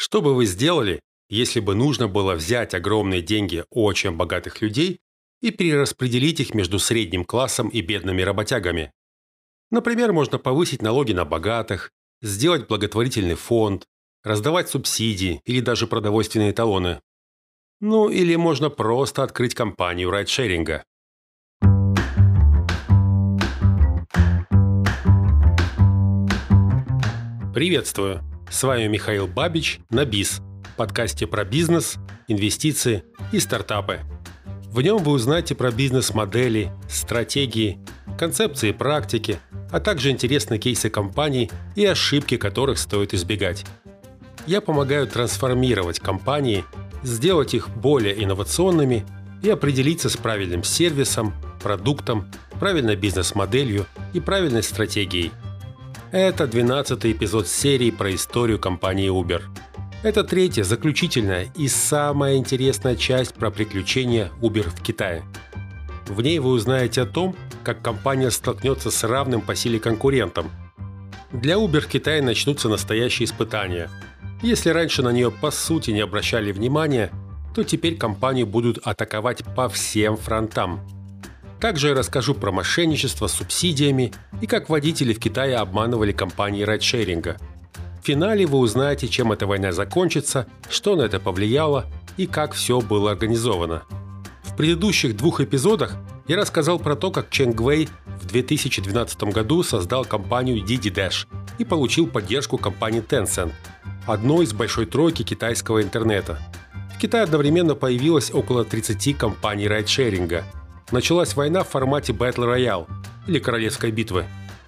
Что бы вы сделали, если бы нужно было взять огромные деньги очень богатых людей и перераспределить их между средним классом и бедными работягами? Например, можно повысить налоги на богатых, сделать благотворительный фонд, раздавать субсидии или даже продовольственные талоны. Ну или можно просто открыть компанию райдшеринга. Приветствую! С вами Михаил Бабич на БИЗ, подкасте про бизнес, инвестиции и стартапы. В нем вы узнаете про бизнес-модели, стратегии, концепции и практики, а также интересные кейсы компаний и ошибки, которых стоит избегать. Я помогаю трансформировать компании, сделать их более инновационными и определиться с правильным сервисом, продуктом, правильной бизнес-моделью и правильной стратегией. Это 12-й эпизод серии про историю компании Uber. Это третья, заключительная и самая интересная часть про приключения Uber в Китае. В ней вы узнаете о том, как компания столкнется с равным по силе конкурентом. Для Uber в Китае начнутся настоящие испытания. Если раньше на нее по сути не обращали внимания, то теперь компанию будут атаковать по всем фронтам. Также я расскажу про мошенничество с субсидиями и как водители в Китае обманывали компании райдшеринга. В финале вы узнаете, чем эта война закончится, что на это повлияло и как все было организовано. В предыдущих двух эпизодах я рассказал про то, как Чэнг Вэй в 2012 году создал компанию Didi Dash и получил поддержку компании Tencent, одной из большой тройки китайского интернета. В Китае одновременно появилось около 30 компаний райдшеринга. Началась война в формате Battle Royale или Королевской битвы.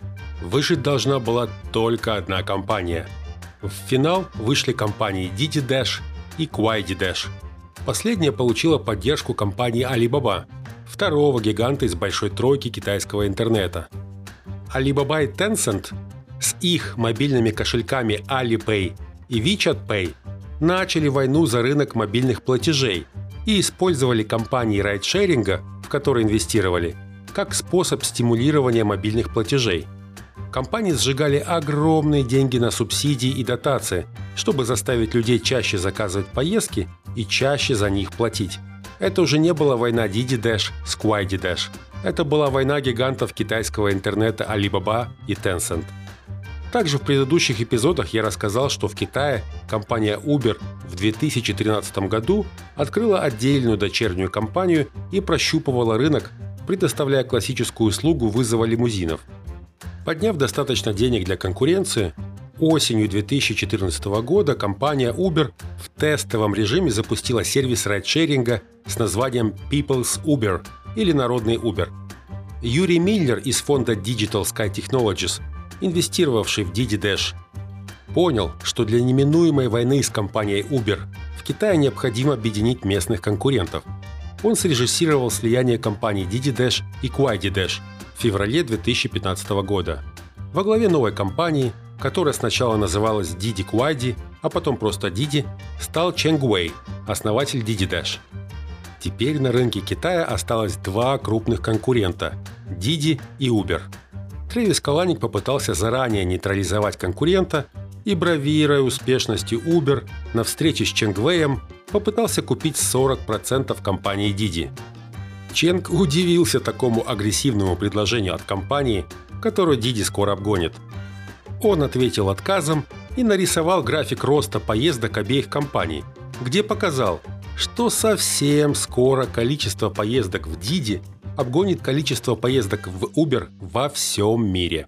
Выжить должна была только одна компания. В финал вышли компании Didi Dash и Kuaidi Dash. Последняя получила поддержку компании Alibaba, второго гиганта из большой тройки китайского интернета. Alibaba и Tencent с их мобильными кошельками Alipay и WeChat Pay начали войну за рынок мобильных платежей и использовали компании райдшеринга, в которые инвестировали, как способ стимулирования мобильных платежей. Компании сжигали огромные деньги на субсидии и дотации, чтобы заставить людей чаще заказывать поездки и чаще за них платить. Это уже не была война Didi Dash с Kuaidi Dash. Это была война гигантов китайского интернета Alibaba и Tencent. Также в предыдущих эпизодах я рассказал, что в Китае компания Uber в 2013 году открыла отдельную дочернюю компанию и прощупывала рынок, предоставляя классическую услугу вызова лимузинов. Подняв достаточно денег для конкуренции, осенью 2014 года компания Uber в тестовом режиме запустила сервис райдшеринга с названием People's Uber или Народный Uber. Юрий Миллер из фонда Digital Sky Technologies, инвестировавший в Didi Dash, понял, что для неминуемой войны с компанией Uber в Китае необходимо объединить местных конкурентов. Он срежиссировал слияние компаний Didi Dash и Kuaidi Dash в феврале 2015 года. Во главе новой компании, которая сначала называлась Didi Kuaidi, а потом просто Didi, стал Чэнг Вэй, основатель Didi Dash. Теперь на рынке Китая осталось два крупных конкурента – Didi и Uber. Трэвис Каланик попытался заранее нейтрализовать конкурента и, бравируя успешностью Uber, на встрече с Чэнг Вэем попытался купить 40% компании Didi. Чэнг удивился такому агрессивному предложению от компании, которую Didi скоро обгонит. Он ответил отказом и нарисовал график роста поездок обеих компаний, где показал, что совсем скоро количество поездок в Didi обгонит количество поездок в Uber во всем мире.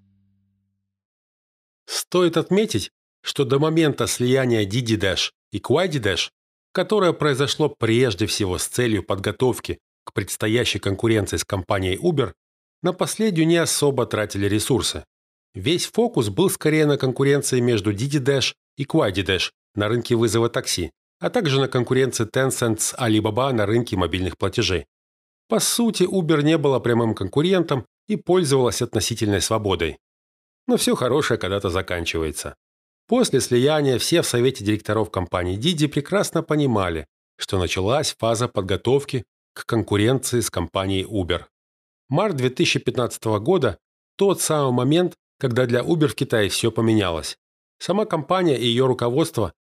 Стоит отметить, что до момента слияния Didi Dash и Kuaidi Dash, которое произошло прежде всего с целью подготовки к предстоящей конкуренции с компанией Uber, на последнюю не особо тратили ресурсы. Весь фокус был скорее на конкуренции между Didi Dash и Kuaidi Dash на рынке вызова такси, а также на конкуренции Tencent с Alibaba на рынке мобильных платежей. По сути, Uber не была прямым конкурентом и пользовалась относительной свободой. Но все хорошее когда-то заканчивается. После слияния все в совете директоров компании Didi прекрасно понимали, что началась фаза подготовки к конкуренции с компанией Uber. Март 2015 года – тот самый момент, когда для Uber в Китае все поменялось. Сама компания и ее руководство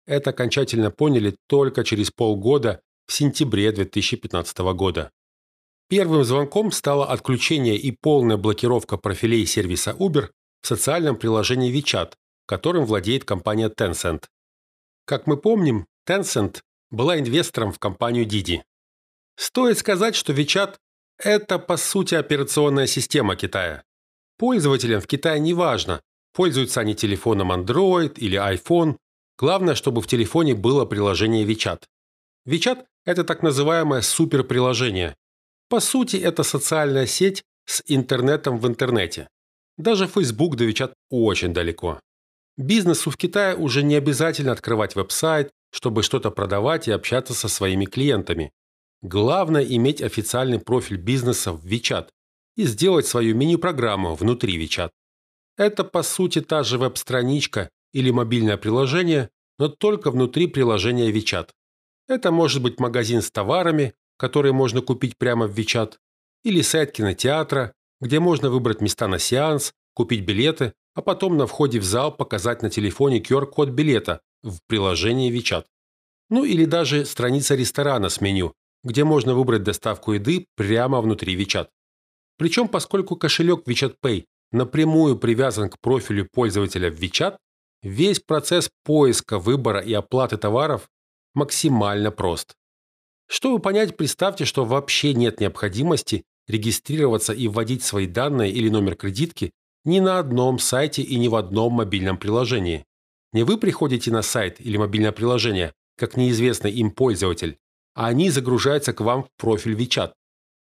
это окончательно поняли только через полгода в сентябре 2015 года. Первым звонком стало отключение и полная блокировка профилей сервиса Uber в социальном приложении WeChat, которым владеет компания Tencent. Как мы помним, Tencent была инвестором в компанию Didi. Стоит сказать, что WeChat – это, по сути, операционная система Китая. Пользователям в Китае не важно, пользуются они телефоном Android или iPhone. Главное, чтобы в телефоне было приложение WeChat. WeChat – это так называемое суперприложение. По сути, это социальная сеть с интернетом в интернете. Даже Facebook до WeChat очень далеко. Бизнесу в Китае уже не обязательно открывать веб-сайт, чтобы что-то продавать и общаться со своими клиентами. Главное – иметь официальный профиль бизнеса в WeChat и сделать свою мини-программу внутри WeChat. Это, по сути, та же веб-страничка или мобильное приложение, но только внутри приложения WeChat. Это может быть магазин с товарами, которые можно купить прямо в WeChat, или сайт кинотеатра, где можно выбрать места на сеанс, купить билеты, а потом на входе в зал показать на телефоне QR-код билета в приложении WeChat. Ну или даже страница ресторана с меню, где можно выбрать доставку еды прямо внутри WeChat. Причем, поскольку кошелек WeChat Pay напрямую привязан к профилю пользователя в WeChat, весь процесс поиска, выбора и оплаты товаров максимально прост. Чтобы понять, представьте, что вообще нет необходимости регистрироваться и вводить свои данные или номер кредитки ни на одном сайте и ни в одном мобильном приложении. Не вы приходите на сайт или мобильное приложение, как неизвестный им пользователь, а они загружаются к вам в профиль WeChat.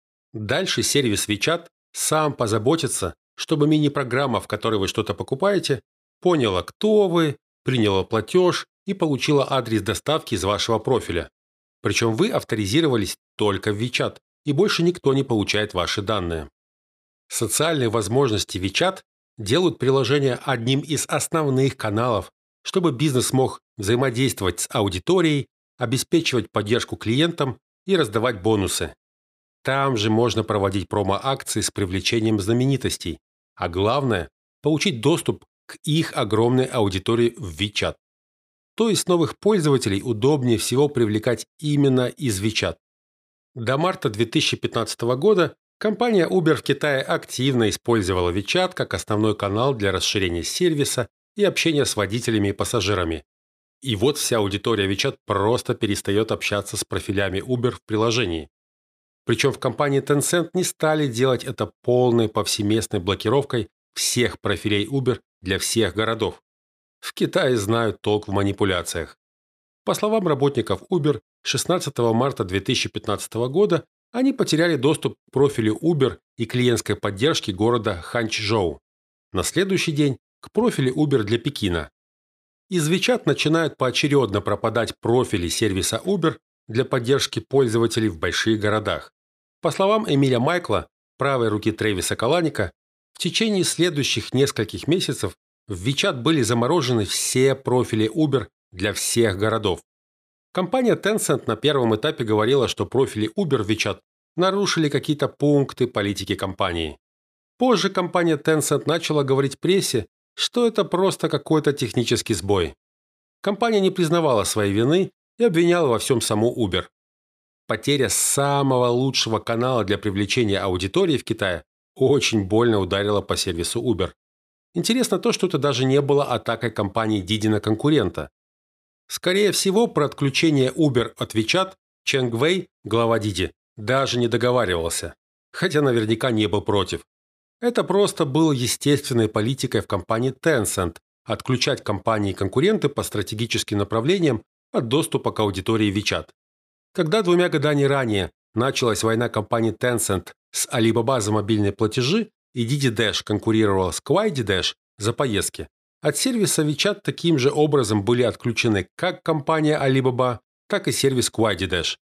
Дальше сервис WeChat сам позаботится, чтобы мини-программа, в которой вы что-то покупаете, поняла, кто вы, приняла платеж и получила адрес доставки из вашего профиля. Причем вы авторизировались только в WeChat, и больше никто не получает ваши данные. Социальные возможности WeChat делают приложение одним из основных каналов, чтобы бизнес мог взаимодействовать с аудиторией, обеспечивать поддержку клиентам и раздавать бонусы. Там же можно проводить промо-акции с привлечением знаменитостей, а главное – получить доступ к их огромной аудитории в WeChat. То есть новых пользователей удобнее всего привлекать именно из WeChat. До марта 2015 года компания Uber в Китае активно использовала WeChat как основной канал для расширения сервиса и общения с водителями и пассажирами. И вот вся аудитория WeChat просто перестает общаться с профилями Uber в приложении. Причем в компании Tencent не стали делать это полной повсеместной блокировкой всех профилей Uber для всех городов. В Китае знают толк в манипуляциях. По словам работников Uber, 16 марта 2015 года они потеряли доступ к профилю Uber и клиентской поддержки города Ханчжоу. На следующий день к профилю Uber для Пекина. Из WeChat начинают поочередно пропадать профили сервиса Uber для поддержки пользователей в больших городах. По словам Эмиля Майкла, правой руки Трэвиса Каланика, в течение следующих нескольких месяцев в WeChat были заморожены все профили Uber для всех городов. Компания Tencent на первом этапе говорила, что профили Uber в WeChat нарушили какие-то пункты политики компании. Позже компания Tencent начала говорить прессе, что это просто какой-то технический сбой. Компания не признавала своей вины и обвиняла во всем саму Uber. Потеря самого лучшего канала для привлечения аудитории в Китае очень больно ударила по сервису Uber. Интересно то, что это даже не было атакой компании Didi на конкурента. Скорее всего, про отключение Uber от WeChat Чэнг Вэй, глава Didi, даже не договаривался, хотя наверняка не был против. Это просто было естественной политикой в компании Tencent отключать компании-конкуренты по стратегическим направлениям от доступа к аудитории WeChat. Когда 2 годами ранее началась война компании Tencent с Alibaba за мобильные платежи и Didi Dash конкурировала с Kuaidi Dash за поездки, от сервиса WeChat таким же образом были отключены как компания Alibaba, так и сервис Kuaidi Dash.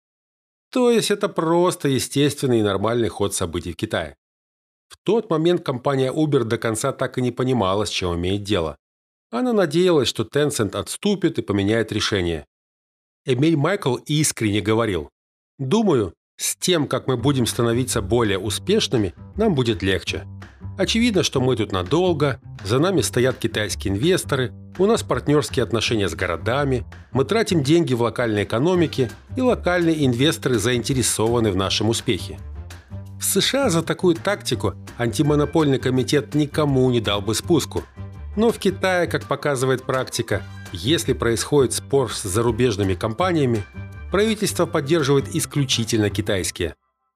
То есть это просто естественный и нормальный ход событий в Китае. В тот момент компания Uber до конца так и не понимала, с чем имеет дело. Она надеялась, что Tencent отступит и поменяет решение. Эмиль Майкл искренне говорил: «Думаю, с тем, как мы будем становиться более успешными, нам будет легче. Очевидно, что мы тут надолго, за нами стоят китайские инвесторы, у нас партнерские отношения с городами, мы тратим деньги в локальной экономике, и локальные инвесторы заинтересованы в нашем успехе. В США за такую тактику антимонопольный комитет никому не дал бы спуску. Но в Китае, как показывает практика, если происходит спор с зарубежными компаниями, правительство поддерживает исключительно китайские.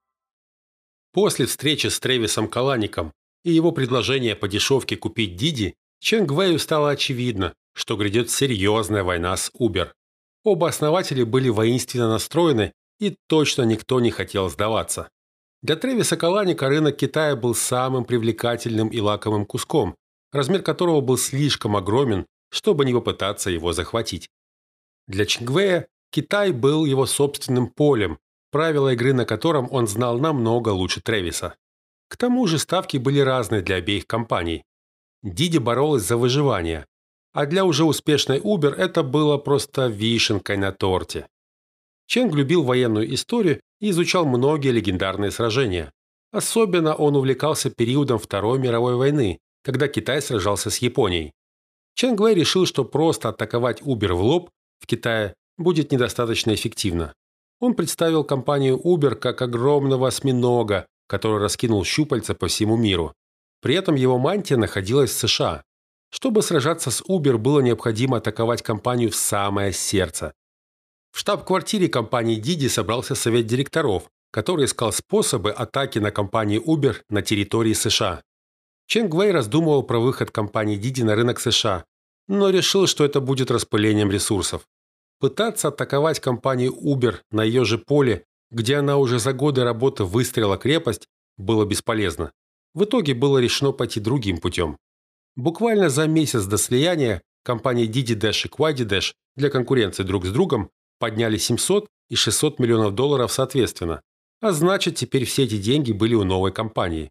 После встречи с Трэвисом Калаником и его предложения по дешевке купить Didi, Чэнг Вэю стало очевидно, что грядет серьезная война с Uber. Оба основателя были воинственно настроены, и точно никто не хотел сдаваться. Для Трэвиса Каланика рынок Китая был самым привлекательным и лакомым куском, размер которого был слишком огромен, чтобы не попытаться его захватить. Для Чэнг Вэя Китай был его собственным полем, правила игры на котором он знал намного лучше Трэвиса. К тому же ставки были разные для обеих компаний. Didi боролась за выживание, а для уже успешной Uber это было просто вишенкой на торте. Чэнг любил военную историю и изучал многие легендарные сражения. Особенно он увлекался периодом Второй мировой войны, когда Китай сражался с Японией. Чэнг Вэй решил, что просто атаковать Uber в лоб в Китае будет недостаточно эффективно. Он представил компанию Uber как огромного осьминога, который раскинул щупальца по всему миру. При этом его мантия находилась в США. Чтобы сражаться с Uber, было необходимо атаковать компанию в самое сердце. В штаб-квартире компании Didi собрался совет директоров, который искал способы атаки на компанию Uber на территории США. Чэнг Вэй раздумывал про выход компании Didi на рынок США, но решил, что это будет распылением ресурсов. Пытаться атаковать компанию Uber на ее же поле, где она уже за годы работы выстроила крепость, было бесполезно. В итоге было решено пойти другим путем. Буквально за месяц до слияния компании Didi Dash и Kuaidi Dash для конкуренции друг с другом подняли 700 и 600 миллионов долларов соответственно, а значит, теперь все эти деньги были у новой компании.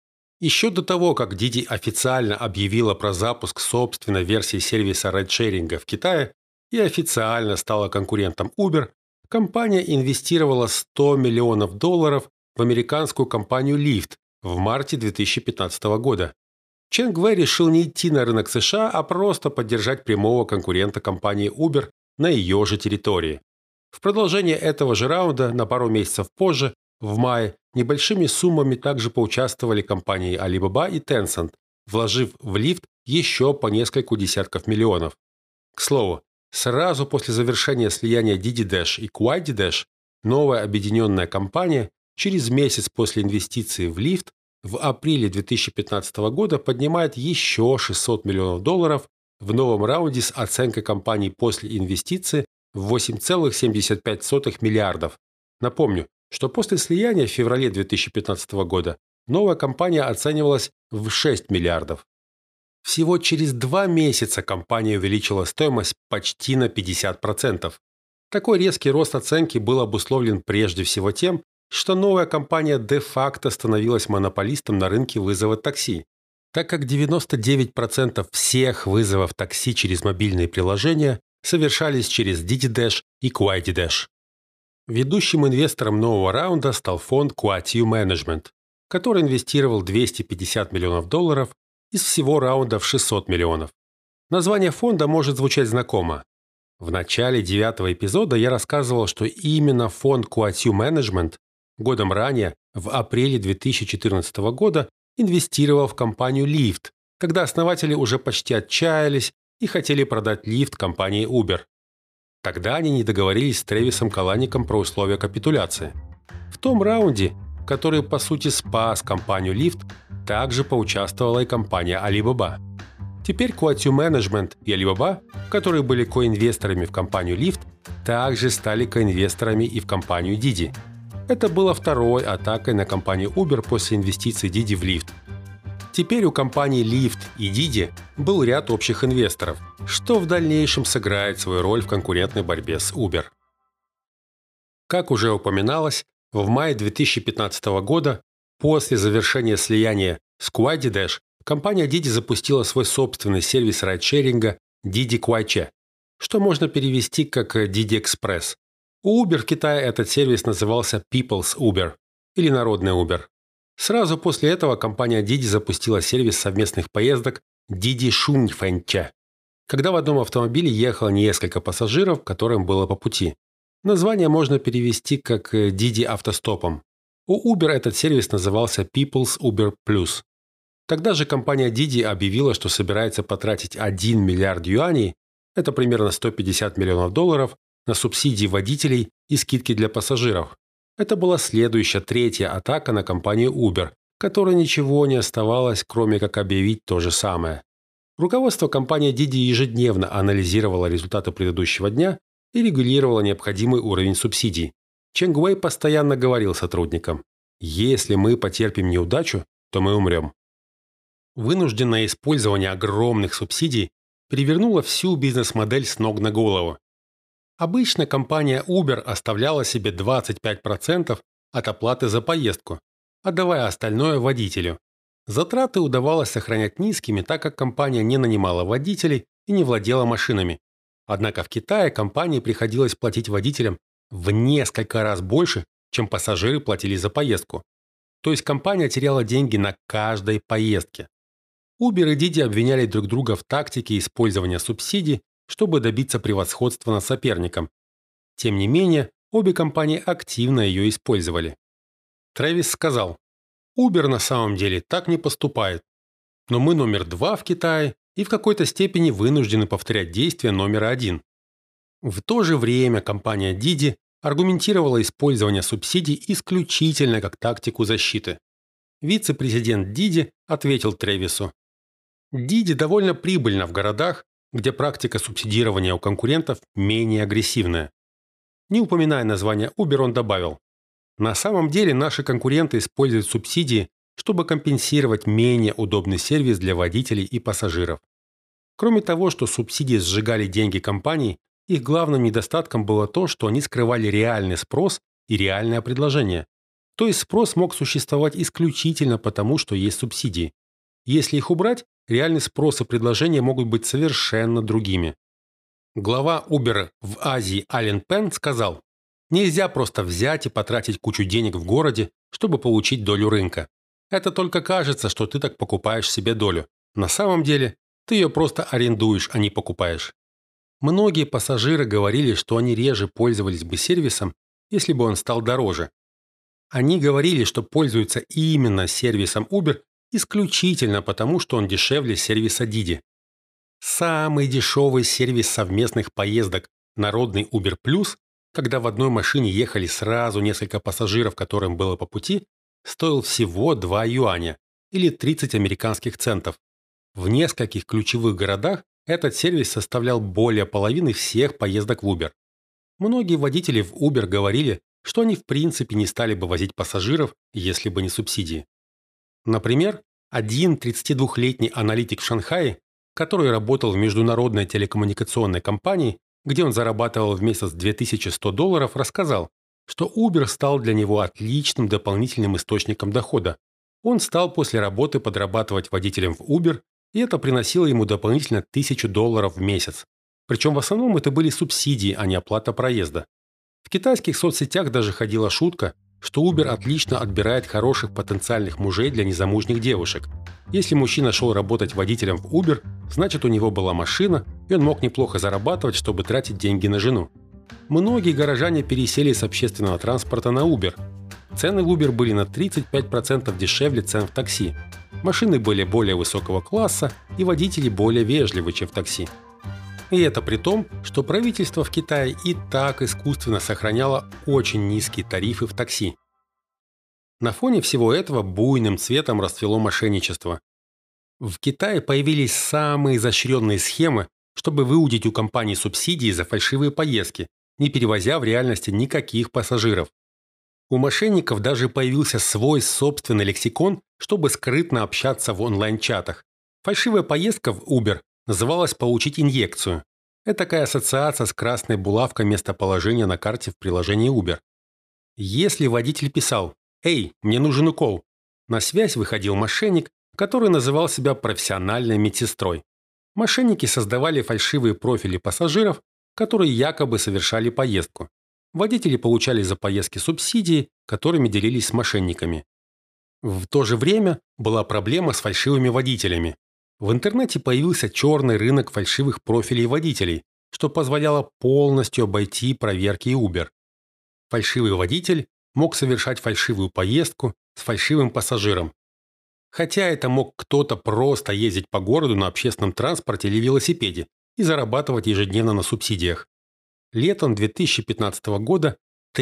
Еще до того, как Didi официально объявила про запуск собственной версии сервиса райдшеринга в Китае и официально стала конкурентом Uber, компания инвестировала 100 миллионов долларов в американскую компанию Lyft в марте 2015 года. Чэнг Вэй решил не идти на рынок США, а просто поддержать прямого конкурента компании Uber на ее же территории. В продолжение этого же раунда на пару месяцев позже, в мае, небольшими суммами также поучаствовали компании Alibaba и Tencent, вложив в Lyft еще по нескольку десятков миллионов. К слову, сразу после завершения слияния Didi Dash и Kuaidi Dash новая объединенная компания через месяц после инвестиций в Lyft в апреле 2015 года поднимает еще 600 миллионов долларов в новом раунде с оценкой компании после инвестиций в 8,75 миллиардов. Напомню, что после слияния в феврале 2015 года новая компания оценивалась в 6 миллиардов. Всего через 2 месяца компания увеличила стоимость почти на 50%. Такой резкий рост оценки был обусловлен прежде всего тем, что новая компания де-факто становилась монополистом на рынке вызова такси, так как 99% всех вызовов такси через мобильные приложения совершались через Didi Dash и Kuaidi Dash. Ведущим инвестором нового раунда стал фонд Kuatiu Management, который инвестировал 250 миллионов долларов из всего раунда в 600 миллионов. Название фонда может звучать знакомо. В начале 9-го эпизода я рассказывал, что именно фонд Kuatiu Management годом ранее, в апреле 2014 года, инвестировал в компанию Lyft, когда основатели уже почти отчаялись и хотели продать Lyft компании Uber. Тогда они не договорились с Трэвисом Калаником про условия капитуляции. В том раунде, который по сути спас компанию Lyft, также поучаствовала и компания Alibaba. Теперь Kuatiu Management и Alibaba, которые были коинвесторами в компанию Lyft, также стали коинвесторами и в компанию Didi. Это было второй атакой на компанию Uber после инвестиций Didi в Lyft. Теперь у компаний Lyft и Didi был ряд общих инвесторов, что в дальнейшем сыграет свою роль в конкурентной борьбе с Uber. Как уже упоминалось, в мае 2015 года, после завершения слияния с Kuaidi Dash, компания Didi запустила свой собственный сервис райдшеринга Didi Kuaiche, что можно перевести как Didi Express. У Uber в Китае этот сервис назывался People's Uber или Народный Uber. Сразу после этого компания Didi запустила сервис совместных поездок Didi Шуньфэнча, когда в одном автомобиле ехало несколько пассажиров, которым было по пути. Название можно перевести как Didi автостопом. У Uber этот сервис назывался People's Uber Plus. Тогда же компания Didi объявила, что собирается потратить 1 миллиард юаней, это примерно 150 миллионов долларов, на субсидии водителей и скидки для пассажиров. Это была следующая, третья атака на компанию Uber, которой ничего не оставалось, кроме как объявить то же самое. Руководство компании Didi ежедневно анализировало результаты предыдущего дня и регулировало необходимый уровень субсидий. Чен Гуэй постоянно говорил сотрудникам: «Если мы потерпим неудачу, то мы умрем». Вынужденное использование огромных субсидий перевернуло всю бизнес-модель с ног на голову. Обычно компания Uber оставляла себе 25% от оплаты за поездку, отдавая остальное водителю. Затраты удавалось сохранять низкими, так как компания не нанимала водителей и не владела машинами. Однако в Китае компании приходилось платить водителям в несколько раз больше, чем пассажиры платили за поездку. То есть компания теряла деньги на каждой поездке. Uber и Didi обвиняли друг друга в тактике использования субсидий, чтобы добиться превосходства над соперником. Тем не менее, обе компании активно ее использовали. Трэвис сказал: «Uber на самом деле так не поступает. Но мы номер 2 в Китае и в какой-то степени вынуждены повторять действия номера 1». В то же время компания Didi аргументировала использование субсидий исключительно как тактику защиты. Вице-президент Didi ответил Трэвису: «Didi довольно прибыльна в городах, где практика субсидирования у конкурентов менее агрессивная». Не упоминая название Uber, он добавил: «На самом деле наши конкуренты используют субсидии, чтобы компенсировать менее удобный сервис для водителей и пассажиров». Кроме того, что субсидии сжигали деньги компаний, их главным недостатком было то, что они скрывали реальный спрос и реальное предложение. То есть спрос мог существовать исключительно потому, что есть субсидии. Если их убрать, реальный спрос и предложение могут быть совершенно другими. Глава Uber в Азии Ален Пен сказал: «Нельзя просто взять и потратить кучу денег в городе, чтобы получить долю рынка. Это только кажется, что ты так покупаешь себе долю. На самом деле ты ее просто арендуешь, а не покупаешь». Многие пассажиры говорили, что они реже пользовались бы сервисом, если бы он стал дороже. Они говорили, что пользуются именно сервисом Uber исключительно потому, что он дешевле сервиса Didi. Самый дешевый сервис совместных поездок, народный Uber Plus, когда в одной машине ехали сразу несколько пассажиров, которым было по пути, стоил всего 2 юаня, или 30 американских центов. В нескольких ключевых городах этот сервис составлял более половины всех поездок в Uber. Многие водители в Uber говорили, что они в принципе не стали бы возить пассажиров, если бы не субсидии. Например, один 32-летний аналитик в Шанхае, который работал в международной телекоммуникационной компании, где он зарабатывал в месяц $2100, рассказал, что Uber стал для него отличным дополнительным источником дохода. Он стал после работы подрабатывать водителем в Uber, и это приносило ему дополнительно $1000 в месяц. Причем в основном это были субсидии, а не оплата проезда. В китайских соцсетях даже ходила шутка, что Uber отлично отбирает хороших потенциальных мужей для незамужних девушек. Если мужчина шел работать водителем в Uber, значит у него была машина, и он мог неплохо зарабатывать, чтобы тратить деньги на жену. Многие горожане пересели с общественного транспорта на Uber. Цены в Uber были на 35% дешевле цен в такси. Машины были более высокого класса, и водители более вежливы, чем в такси. И это при том, что правительство в Китае и так искусственно сохраняло очень низкие тарифы в такси. На фоне всего этого буйным цветом расцвело мошенничество. В Китае появились самые изощренные схемы, чтобы выудить у компаний субсидии за фальшивые поездки, не перевозя в реальности никаких пассажиров. У мошенников даже появился свой собственный лексикон, чтобы скрытно общаться в онлайн-чатах. Фальшивая поездка в Uber называлась «получить инъекцию». Это такая ассоциация с красной булавкой местоположения на карте в приложении Uber. Если водитель писал «Эй, мне нужен укол», на связь выходил мошенник, который называл себя профессиональной медсестрой. Мошенники создавали фальшивые профили пассажиров, которые якобы совершали поездку. Водители получали за поездки субсидии, которыми делились с мошенниками. В то же время была проблема с фальшивыми водителями. В интернете появился черный рынок фальшивых профилей водителей, что позволяло полностью обойти проверки Uber. Фальшивый водитель мог совершать фальшивую поездку с фальшивым пассажиром. Хотя это мог кто-то просто ездить по городу на общественном транспорте или велосипеде и зарабатывать ежедневно на субсидиях. Летом 2015 года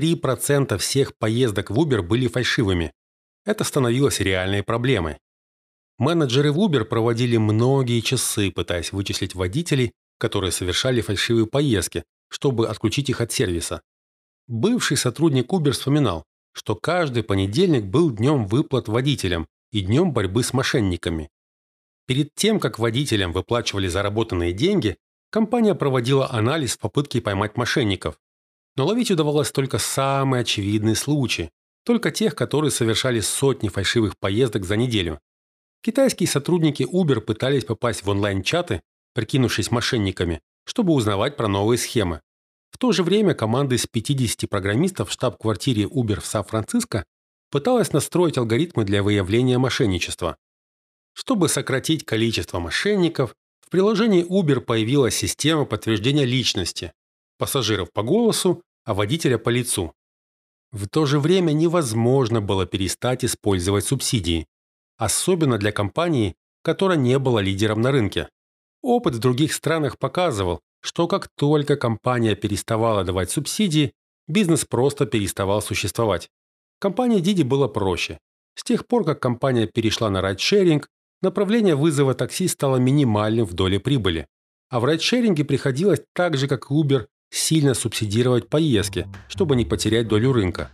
3% всех поездок в Uber были фальшивыми. Это становилось реальной проблемой. Менеджеры в Uber проводили многие часы, пытаясь вычислить водителей, которые совершали фальшивые поездки, чтобы отключить их от сервиса. Бывший сотрудник Uber вспоминал, что каждый понедельник был днем выплат водителям и днем борьбы с мошенниками. Перед тем, как водителям выплачивали заработанные деньги, компания проводила анализ в попытке поймать мошенников. Но ловить удавалось только самые очевидные случаи, только тех, которые совершали сотни фальшивых поездок за неделю. Китайские сотрудники Uber пытались попасть в онлайн-чаты, прикинувшись мошенниками, чтобы узнавать про новые схемы. В то же время команда из 50 программистов в штаб-квартире Uber в Сан-Франциско пыталась настроить алгоритмы для выявления мошенничества. Чтобы сократить количество мошенников, в приложении Uber появилась система подтверждения личности. Пассажиров по голосу, а водителя по лицу. В то же время невозможно было перестать использовать субсидии, особенно для компании, которая не была лидером на рынке. Опыт в других странах показывал, что как только компания переставала давать субсидии, бизнес просто переставал существовать. Компании Didi было проще. С тех пор, как компания перешла на райдшеринг, направление вызова такси стало минимальным в доле прибыли. А в райдшеринге приходилось так же, как и Uber, сильно субсидировать поездки, чтобы не потерять долю рынка.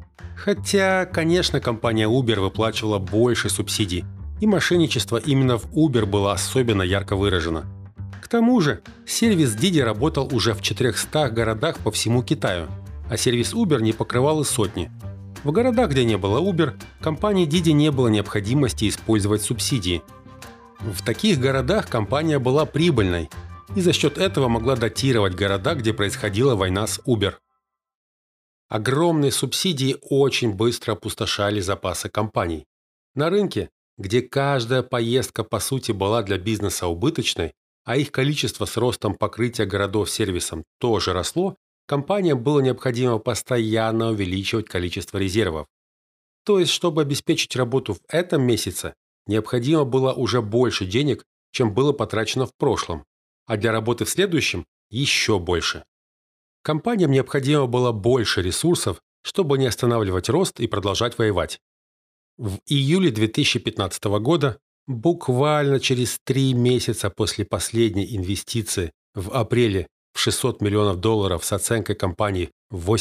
Хотя, конечно, компания Uber выплачивала больше субсидий, и мошенничество именно в Uber было особенно ярко выражено. К тому же, сервис Didi работал уже в 400 городах по всему Китаю, а сервис Uber не покрывал и сотни. В городах, где не было Uber, компании Didi не было необходимости использовать субсидии. В таких городах компания была прибыльной, и за счет этого могла датировать города, где происходила война с Uber. Огромные субсидии очень быстро опустошали запасы компаний. На рынке, где каждая поездка по сути была для бизнеса убыточной, а их количество с ростом покрытия городов сервисом тоже росло, компаниям было необходимо постоянно увеличивать количество резервов. То есть, чтобы обеспечить работу в этом месяце, необходимо было уже больше денег, чем было потрачено в прошлом, а для работы в следующем еще больше. Компаниям необходимо было больше ресурсов, чтобы не останавливать рост и продолжать воевать. В июле 2015 года, буквально через 3 месяца после последней инвестиции в апреле в $600 миллионов с оценкой компании в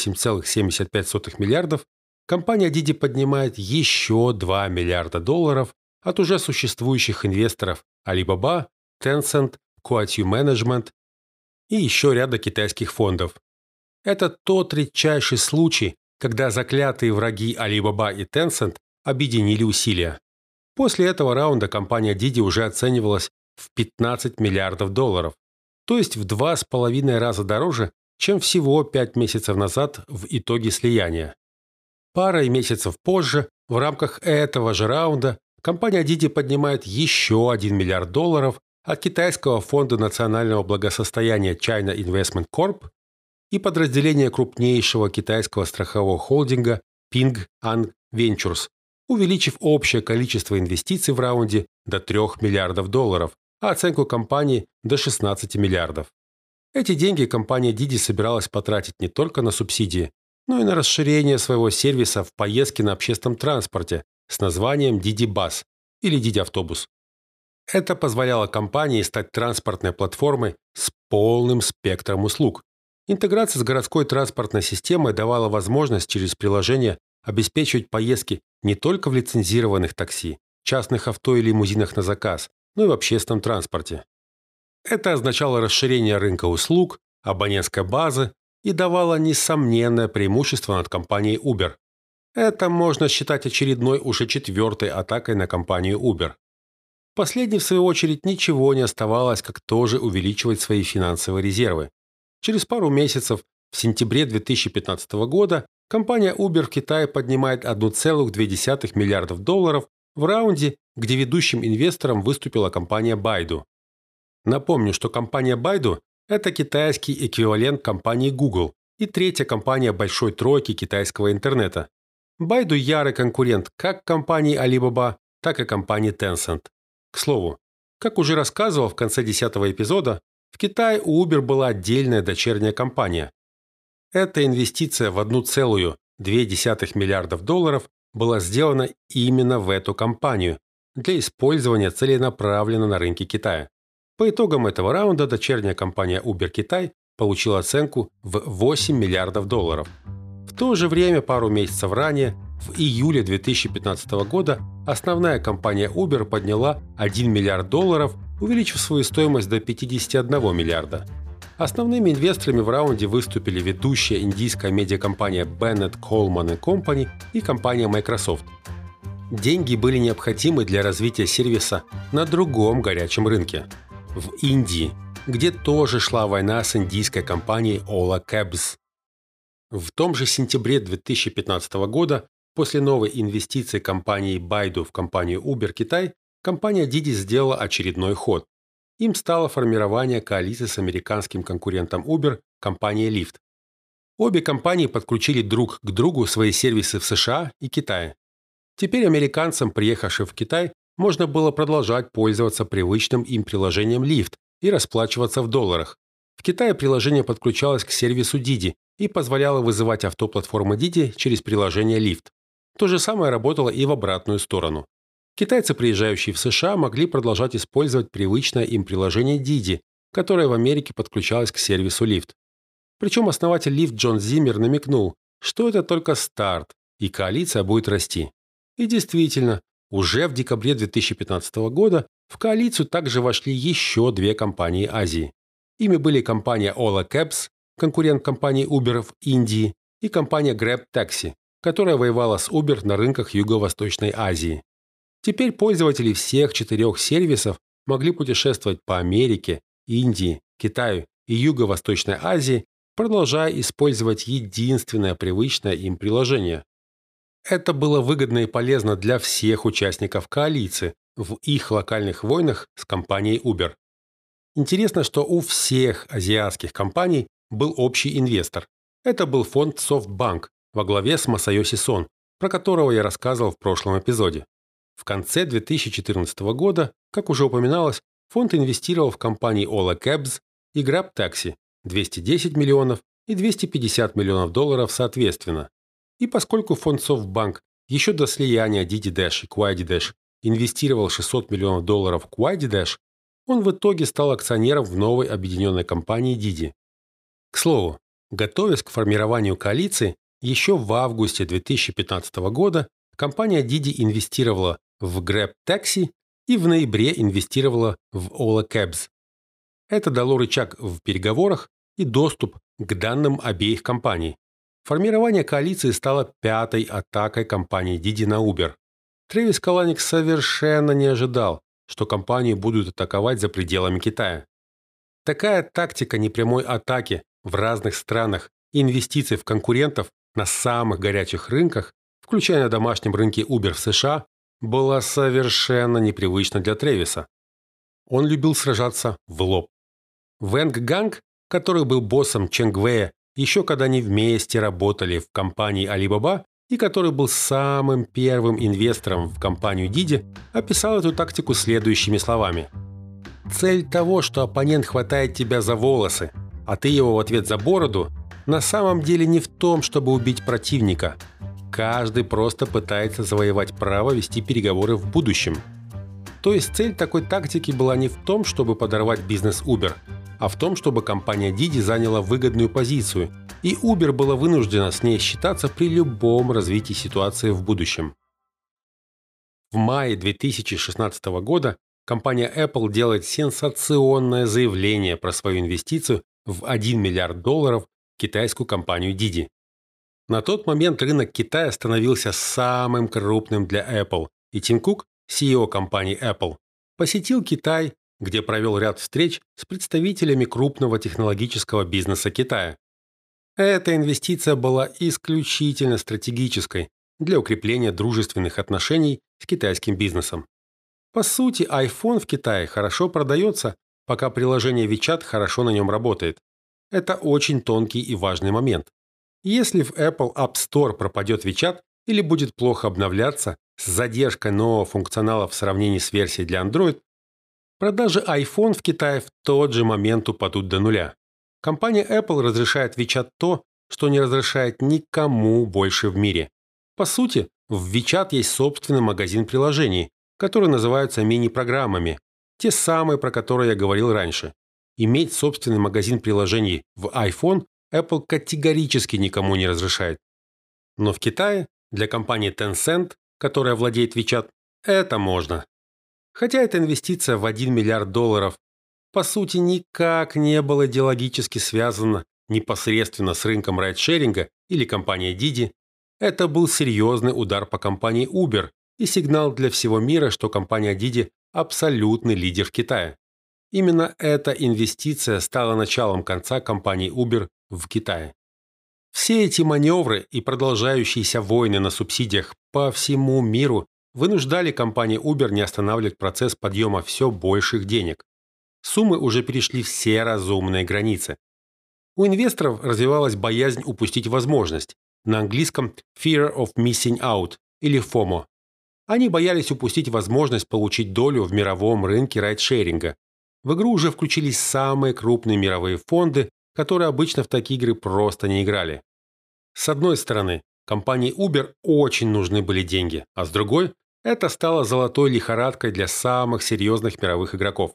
8,75 миллиардов, компания Didi поднимает еще $2 миллиарда от уже существующих инвесторов Alibaba, Tencent, Coatue Management и еще ряда китайских фондов. Это тот редчайший случай, когда заклятые враги Alibaba и Tencent объединили усилия. После этого раунда компания Didi уже оценивалась в $15 миллиардов, то есть в 2,5 раза дороже, чем всего 5 месяцев назад в итоге слияния. Парой месяцев позже, в рамках этого же раунда, компания Didi поднимает еще $1 миллиард от китайского фонда национального благосостояния China Investment Corp и подразделения крупнейшего китайского страхового холдинга Ping An Ventures, увеличив общее количество инвестиций в раунде до $3 миллиардов, а оценку компании до 16 миллиардов. Эти деньги компания Didi собиралась потратить не только на субсидии, но и на расширение своего сервиса в поездке на общественном транспорте с названием Didi Bus или Didi Автобус. Это позволяло компании стать транспортной платформой с полным спектром услуг. Интеграция с городской транспортной системой давала возможность через приложение обеспечивать поездки не только в лицензированных такси, частных авто и лимузинах на заказ, но и в общественном транспорте. Это означало расширение рынка услуг, абонентской базы и давало несомненное преимущество над компанией Uber. Это можно считать очередной уже 4-й атакой на компанию Uber. Последней, в свою очередь, ничего не оставалось, как тоже увеличивать свои финансовые резервы. Через пару месяцев, в сентябре 2015 года, Компания Uber в Китае поднимает 1,2 миллиардов долларов в раунде, где ведущим инвестором выступила компания Baidu. Напомню, что компания Baidu – это китайский эквивалент компании Google и третья компания большой тройки китайского интернета. Baidu – ярый конкурент как компании Alibaba, так и компании Tencent. К слову, как уже рассказывал в конце 10-го эпизода, в Китае у Uber была отдельная дочерняя компания. Эта инвестиция в 1,2 миллиардов долларов была сделана именно в эту компанию для использования целенаправленно на рынке Китая. По итогам этого раунда дочерняя компания Uber Китай получила оценку в 8 миллиардов долларов. В то же время, пару месяцев ранее, в июле 2015 года, основная компания Uber подняла 1 миллиард долларов, увеличив свою стоимость до 51 миллиарда. Основными инвесторами в раунде выступили ведущая индийская медиакомпания Bennett Coleman & Company и компания Microsoft. Деньги были необходимы для развития сервиса на другом горячем рынке – в Индии, где тоже шла война с индийской компанией Ola Cabs. В том же сентябре 2015 года, после новой инвестиции компании Baidu в компанию Uber Китай, компания Didi сделала очередной ход. Им стало формирование коалиции с американским конкурентом Uber, компанией Lyft. Обе компании подключили друг к другу свои сервисы в США и Китае. Теперь американцам, приехавшим в Китай, можно было продолжать пользоваться привычным им приложением Lyft и расплачиваться в долларах. В Китае приложение подключалось к сервису Didi и позволяло вызывать автоплатформы Didi через приложение Lyft. То же самое работало и в обратную сторону. Китайцы, приезжающие в США, могли продолжать использовать привычное им приложение Didi, которое в Америке подключалось к сервису Lyft. Причем основатель Lyft Джон Зиммер намекнул, что это только старт, и коалиция будет расти. И действительно, уже в декабре 2015 года в коалицию также вошли еще две компании Азии. Ими были компания Ola Cabs, конкурент компании Uber в Индии, и компания Grab Taxi, которая воевала с Uber на рынках Юго-Восточной Азии. Теперь пользователи всех 4 сервисов могли путешествовать по Америке, Индии, Китаю и Юго-Восточной Азии, продолжая использовать единственное привычное им приложение. Это было выгодно и полезно для всех участников коалиции в их локальных войнах с компанией Uber. Интересно, что у всех азиатских компаний был общий инвестор. Это был фонд SoftBank во главе с Масайоси Сон, про которого я рассказывал в прошлом эпизоде. В конце 2014 года, как уже упоминалось, фонд инвестировал в компании Ola Cabs и Grab Taxi 210 миллионов и 250 миллионов долларов соответственно. И поскольку фонд SoftBank еще до слияния Didi Dash и Kuaidi Dash инвестировал 600 миллионов долларов в Kuaidi Dash, он в итоге стал акционером в новой объединенной компании Didi. К слову, готовясь к формированию коалиции, еще в августе 2015 года компания Didi инвестировала в Grab Taxi и в ноябре инвестировала в Ola Cabs. Это дало рычаг в переговорах и доступ к данным обеих компаний. Формирование коалиции стало 5-й атакой компании Didi на Uber. Трэвис Каланик совершенно не ожидал, что компанию будут атаковать за пределами Китая. Такая тактика непрямой атаки в разных странах и инвестиций в конкурентов на самых горячих рынках, включая на домашнем рынке Uber в США, была совершенно непривычна для Трэвиса. Он любил сражаться в лоб. Вэнг Ганг, который был боссом Чэнг Вэя еще когда они вместе работали в компании Alibaba и который был самым первым инвестором в компанию Didi, описал эту тактику следующими словами. «Цель того, что оппонент хватает тебя за волосы, а ты его в ответ за бороду, на самом деле не в том, чтобы убить противника. Каждый просто пытается завоевать право вести переговоры в будущем». То есть цель такой тактики была не в том, чтобы подорвать бизнес Uber, а в том, чтобы компания Didi заняла выгодную позицию, и Uber была вынуждена с ней считаться при любом развитии ситуации в будущем. В мае 2016 года компания Apple делает сенсационное заявление про свою инвестицию в 1 миллиард долларов в китайскую компанию Didi. На тот момент рынок Китая становился самым крупным для Apple, и Тим Кук, CEO компании Apple, посетил Китай, где провел ряд встреч с представителями крупного технологического бизнеса Китая. Эта инвестиция была исключительно стратегической для укрепления дружественных отношений с китайским бизнесом. По сути, iPhone в Китае хорошо продается, пока приложение WeChat хорошо на нем работает. Это очень тонкий и важный момент. Если в Apple App Store пропадет WeChat или будет плохо обновляться с задержкой нового функционала в сравнении с версией для Android, продажи iPhone в Китае в тот же момент упадут до нуля. Компания Apple разрешает WeChat то, что не разрешает никому больше в мире. По сути, в WeChat есть собственный магазин приложений, которые называются мини-программами, те самые, про которые я говорил раньше. Иметь собственный магазин приложений в iPhone Apple категорически никому не разрешает. Но в Китае для компании Tencent, которая владеет WeChat, это можно. Хотя эта инвестиция в $1 миллиард по сути никак не была идеологически связана непосредственно с рынком райдшеринга или компанией Didi, это был серьезный удар по компании Uber и сигнал для всего мира, что компания Didi – абсолютный лидер в Китае. Именно эта инвестиция стала началом конца компании Uber в Китае. Все эти маневры и продолжающиеся войны на субсидиях по всему миру вынуждали компанию Uber не останавливать процесс подъема все больших денег. Суммы уже перешли все разумные границы. У инвесторов развивалась боязнь упустить возможность, на английском Fear of Missing Out или FOMO. Они боялись упустить возможность получить долю в мировом рынке райдшеринга. В игру уже включились самые крупные мировые фонды, которые обычно в такие игры просто не играли. С одной стороны, компании Uber очень нужны были деньги, а с другой, это стало золотой лихорадкой для самых серьезных мировых игроков.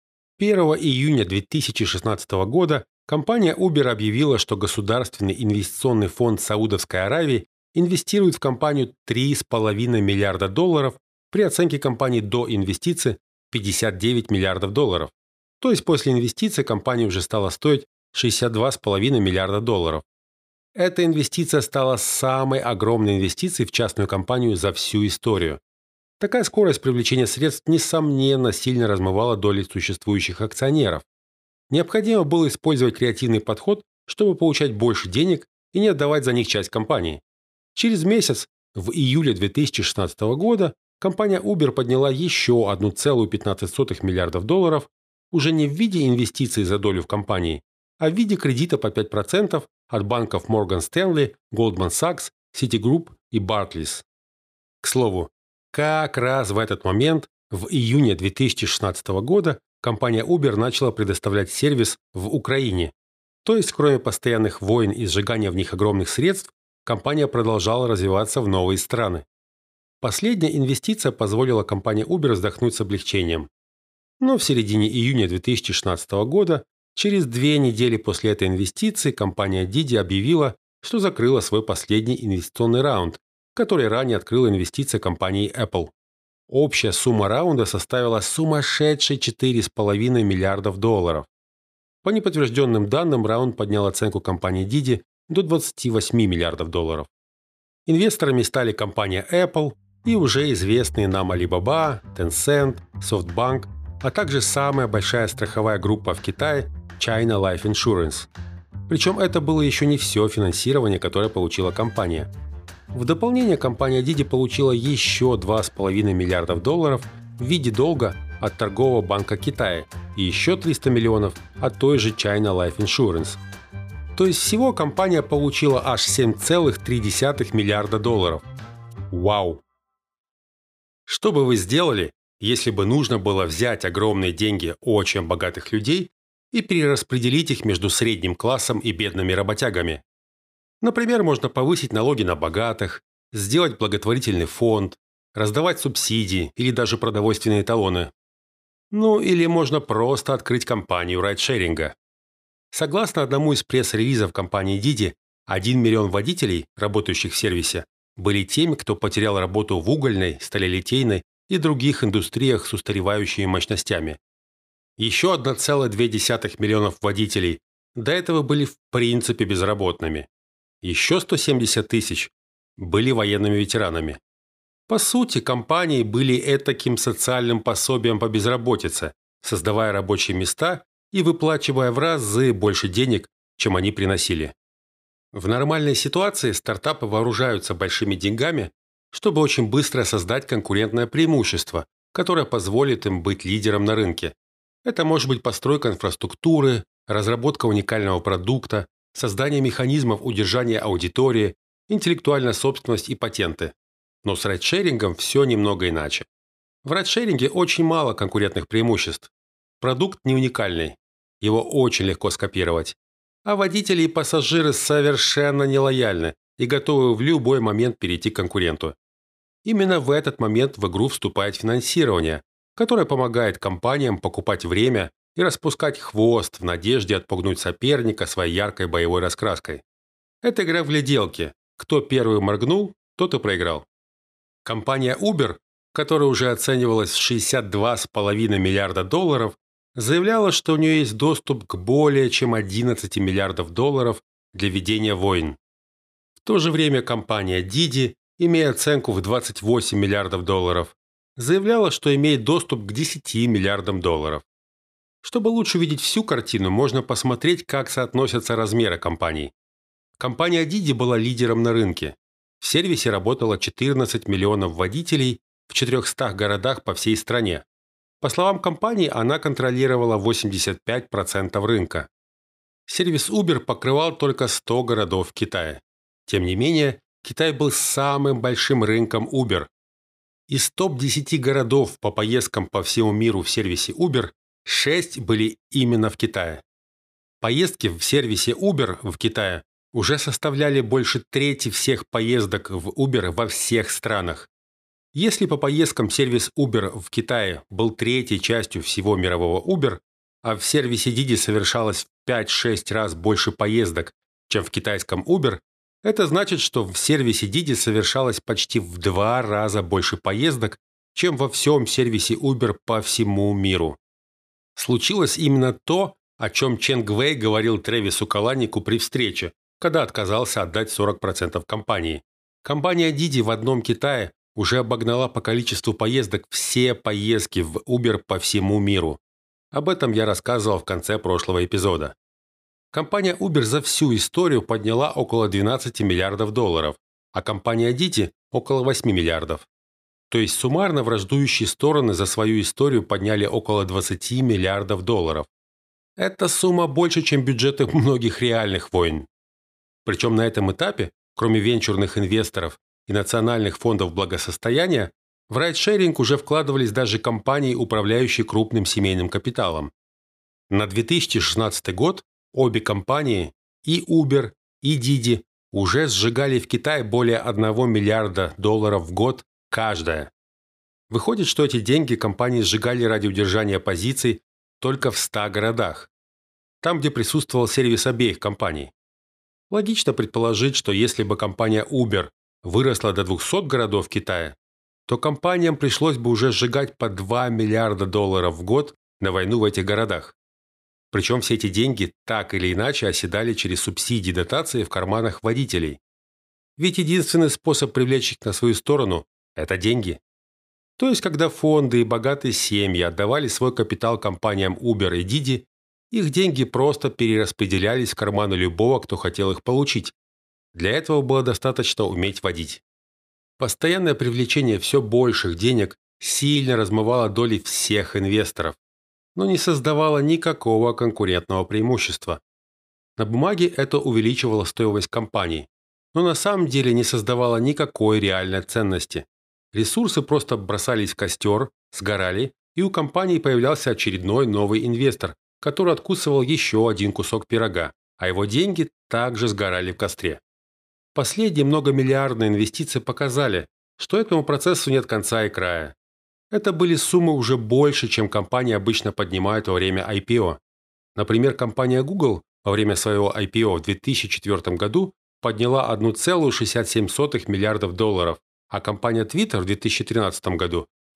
1 июня 2016 года компания Uber объявила, что Государственный инвестиционный фонд Саудовской Аравии инвестирует в компанию $3,5 миллиарда при оценке компании до инвестиций $59 миллиардов. То есть после инвестиций компания уже стала стоить $62,5 миллиарда. Эта инвестиция стала самой огромной инвестицией в частную компанию за всю историю. Такая скорость привлечения средств, несомненно, сильно размывала доли существующих акционеров. Необходимо было использовать креативный подход, чтобы получать больше денег и не отдавать за них часть компании. Через месяц, в июле 2016 года, компания Uber подняла еще $1,15 миллиарда, уже не в виде инвестиций за долю в компании, а в виде кредита по 5% от банков Morgan Stanley, Goldman Sachs, Citigroup и Barclays. К слову, как раз в этот момент, в июне 2016 года, компания Uber начала предоставлять сервис в Украине. То есть, кроме постоянных войн и сжигания в них огромных средств, компания продолжала развиваться в новые страны. Последняя инвестиция позволила компании Uber вздохнуть с облегчением. Но в середине июня 2016 года, через 2 недели после этой инвестиции, компания Didi объявила, что закрыла свой последний инвестиционный раунд, который ранее открыла инвестиция компании Apple. Общая сумма раунда составила сумасшедшие $4,5 миллиардов. По неподтвержденным данным, раунд поднял оценку компании Didi до $28 миллиардов. Инвесторами стали компания Apple и уже известные нам Alibaba, Tencent, SoftBank, а также самая большая страховая группа в Китае China Life Insurance. Причем это было еще не все финансирование, которое получила компания. В дополнение компания Didi получила еще $2,5 миллиардов в виде долга от торгового банка Китая и еще 300 миллионов от той же China Life Insurance. То есть всего компания получила аж $7,3 миллиарда. Вау! Что бы вы сделали, если бы нужно было взять огромные деньги очень богатых людей и перераспределить их между средним классом и бедными работягами? Например, можно повысить налоги на богатых, сделать благотворительный фонд, раздавать субсидии или даже продовольственные талоны. Ну или можно просто открыть компанию райдшеринга. Согласно одному из пресс-релизов компании Didi, 1 миллион водителей, работающих в сервисе, были теми, кто потерял работу в угольной, сталелитейной и других индустриях с устаревающими мощностями. Еще 1,2 миллионов водителей до этого были в принципе безработными. Еще 170 тысяч были военными ветеранами. По сути, компании были этаким социальным пособием по безработице, создавая рабочие места и выплачивая в разы больше денег, чем они приносили. В нормальной ситуации стартапы вооружаются большими деньгами, чтобы очень быстро создать конкурентное преимущество, которое позволит им быть лидером на рынке. Это может быть постройка инфраструктуры, разработка уникального продукта, создание механизмов удержания аудитории, интеллектуальная собственность и патенты. Но с райдшерингом все немного иначе. В райдшеринге очень мало конкурентных преимуществ. Продукт не уникальный, его очень легко скопировать. А водители и пассажиры совершенно нелояльны и готовы в любой момент перейти к конкуренту. Именно в этот момент в игру вступает финансирование, которое помогает компаниям покупать время и распускать хвост в надежде отпугнуть соперника своей яркой боевой раскраской. Это игра в гляделки. Кто первый моргнул, тот и проиграл. Компания Uber, которая уже оценивалась в $62,5 миллиарда, заявляла, что у нее есть доступ к более чем $11 миллиардов для ведения войн. В то же время компания Didi, имея оценку в $28 миллиардов, заявляла, что имеет доступ к $10 миллиардам. Чтобы лучше видеть всю картину, можно посмотреть, как соотносятся размеры компаний. Компания Didi была лидером на рынке. В сервисе работало 14 миллионов водителей в 400 городах по всей стране. По словам компании, она контролировала 85% рынка. Сервис Uber покрывал только 100 городов в Китае. Тем не менее, Китай был самым большим рынком Uber. Из топ-10 городов по поездкам по всему миру в сервисе Uber 6 были именно в Китае. Поездки в сервисе Uber в Китае уже составляли больше трети всех поездок в Uber во всех странах. Если по поездкам сервис Uber в Китае был третьей частью всего мирового Uber, а в сервисе Didi совершалось в 5-6 раз больше поездок, чем в китайском Uber, это значит, что в сервисе Didi совершалось почти в 2 раза больше поездок, чем во всем сервисе Uber по всему миру. Случилось именно то, о чем Чен Гвей говорил Трэвису Каланику при встрече, когда отказался отдать 40% компании. Компания Didi в одном Китае уже обогнала по количеству поездок все поездки в Uber по всему миру. Об этом я рассказывал в конце прошлого эпизода. Компания Uber за всю историю подняла около $12 миллиардов, а компания Didi – около 8 миллиардов. То есть суммарно враждующие стороны за свою историю подняли около $20 миллиардов. Это сумма больше, чем бюджеты многих реальных войн. Причем на этом этапе, кроме венчурных инвесторов и национальных фондов благосостояния, в райдшеринг уже вкладывались даже компании, управляющие крупным семейным капиталом. На 2016 год обе компании, и Uber, и Didi, уже сжигали в Китае более $1 миллиарда в год каждая. Выходит, что эти деньги компании сжигали ради удержания позиций только в 100 городах, там, где присутствовал сервис обеих компаний. Логично предположить, что если бы компания Uber выросла до 200 городов Китая, то компаниям пришлось бы уже сжигать по $2 миллиарда в год на войну в этих городах. Причем все эти деньги так или иначе оседали через субсидии и дотации в карманах водителей. Ведь единственный способ привлечь их на свою сторону – это деньги. То есть, когда фонды и богатые семьи отдавали свой капитал компаниям Uber и Didi, их деньги просто перераспределялись в карманы любого, кто хотел их получить. Для этого было достаточно уметь водить. Постоянное привлечение все больших денег сильно размывало доли всех инвесторов, но не создавало никакого конкурентного преимущества. На бумаге это увеличивало стоимость компаний, но на самом деле не создавало никакой реальной ценности. Ресурсы просто бросались в костер, сгорали, и у компании появлялся очередной новый инвестор, который откусывал еще один кусок пирога, а его деньги также сгорали в костре. Последние многомиллиардные инвестиции показали, что этому процессу нет конца и края. Это были суммы уже больше, чем компании обычно поднимают во время IPO. Например, компания Google во время своего IPO в 2004 году подняла $1,67 миллиардов, а компания Twitter в 2013 году –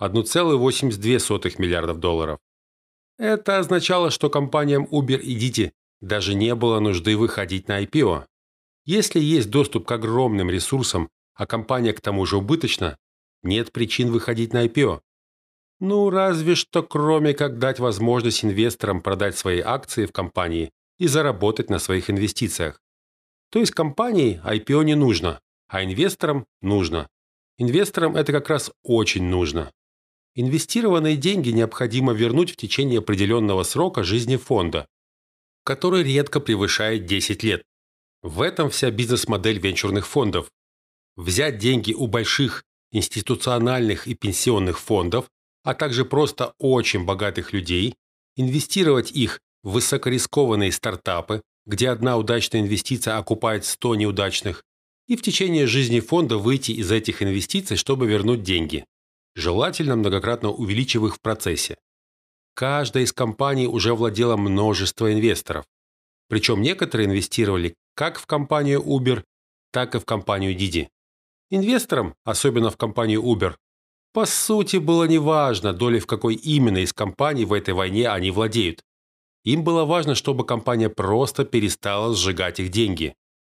$1,82 миллиардов. Это означало, что компаниям Uber и Didi даже не было нужды выходить на IPO. Если есть доступ к огромным ресурсам, а компания к тому же убыточна, нет причин выходить на IPO. Ну, разве что кроме как дать возможность инвесторам продать свои акции в компании и заработать на своих инвестициях. То есть компании IPO не нужно, а инвесторам нужно. Инвесторам это как раз очень нужно. Инвестированные деньги необходимо вернуть в течение определенного срока жизни фонда, который редко превышает 10 лет. В этом вся бизнес-модель венчурных фондов. Взять деньги у больших институциональных и пенсионных фондов, а также просто очень богатых людей, инвестировать их в высокорискованные стартапы, где одна удачная инвестиция окупает 100 неудачных, и в течение жизни фонда выйти из этих инвестиций, чтобы вернуть деньги, желательно многократно увеличив их в процессе. Каждая из компаний уже владела множество инвесторов. Причем некоторые инвестировали как в компанию Uber, так и в компанию Didi. Инвесторам, особенно в компанию Uber, по сути было неважно, долей в какой именно из компаний в этой войне они владеют. Им было важно, чтобы компания просто перестала сжигать их деньги.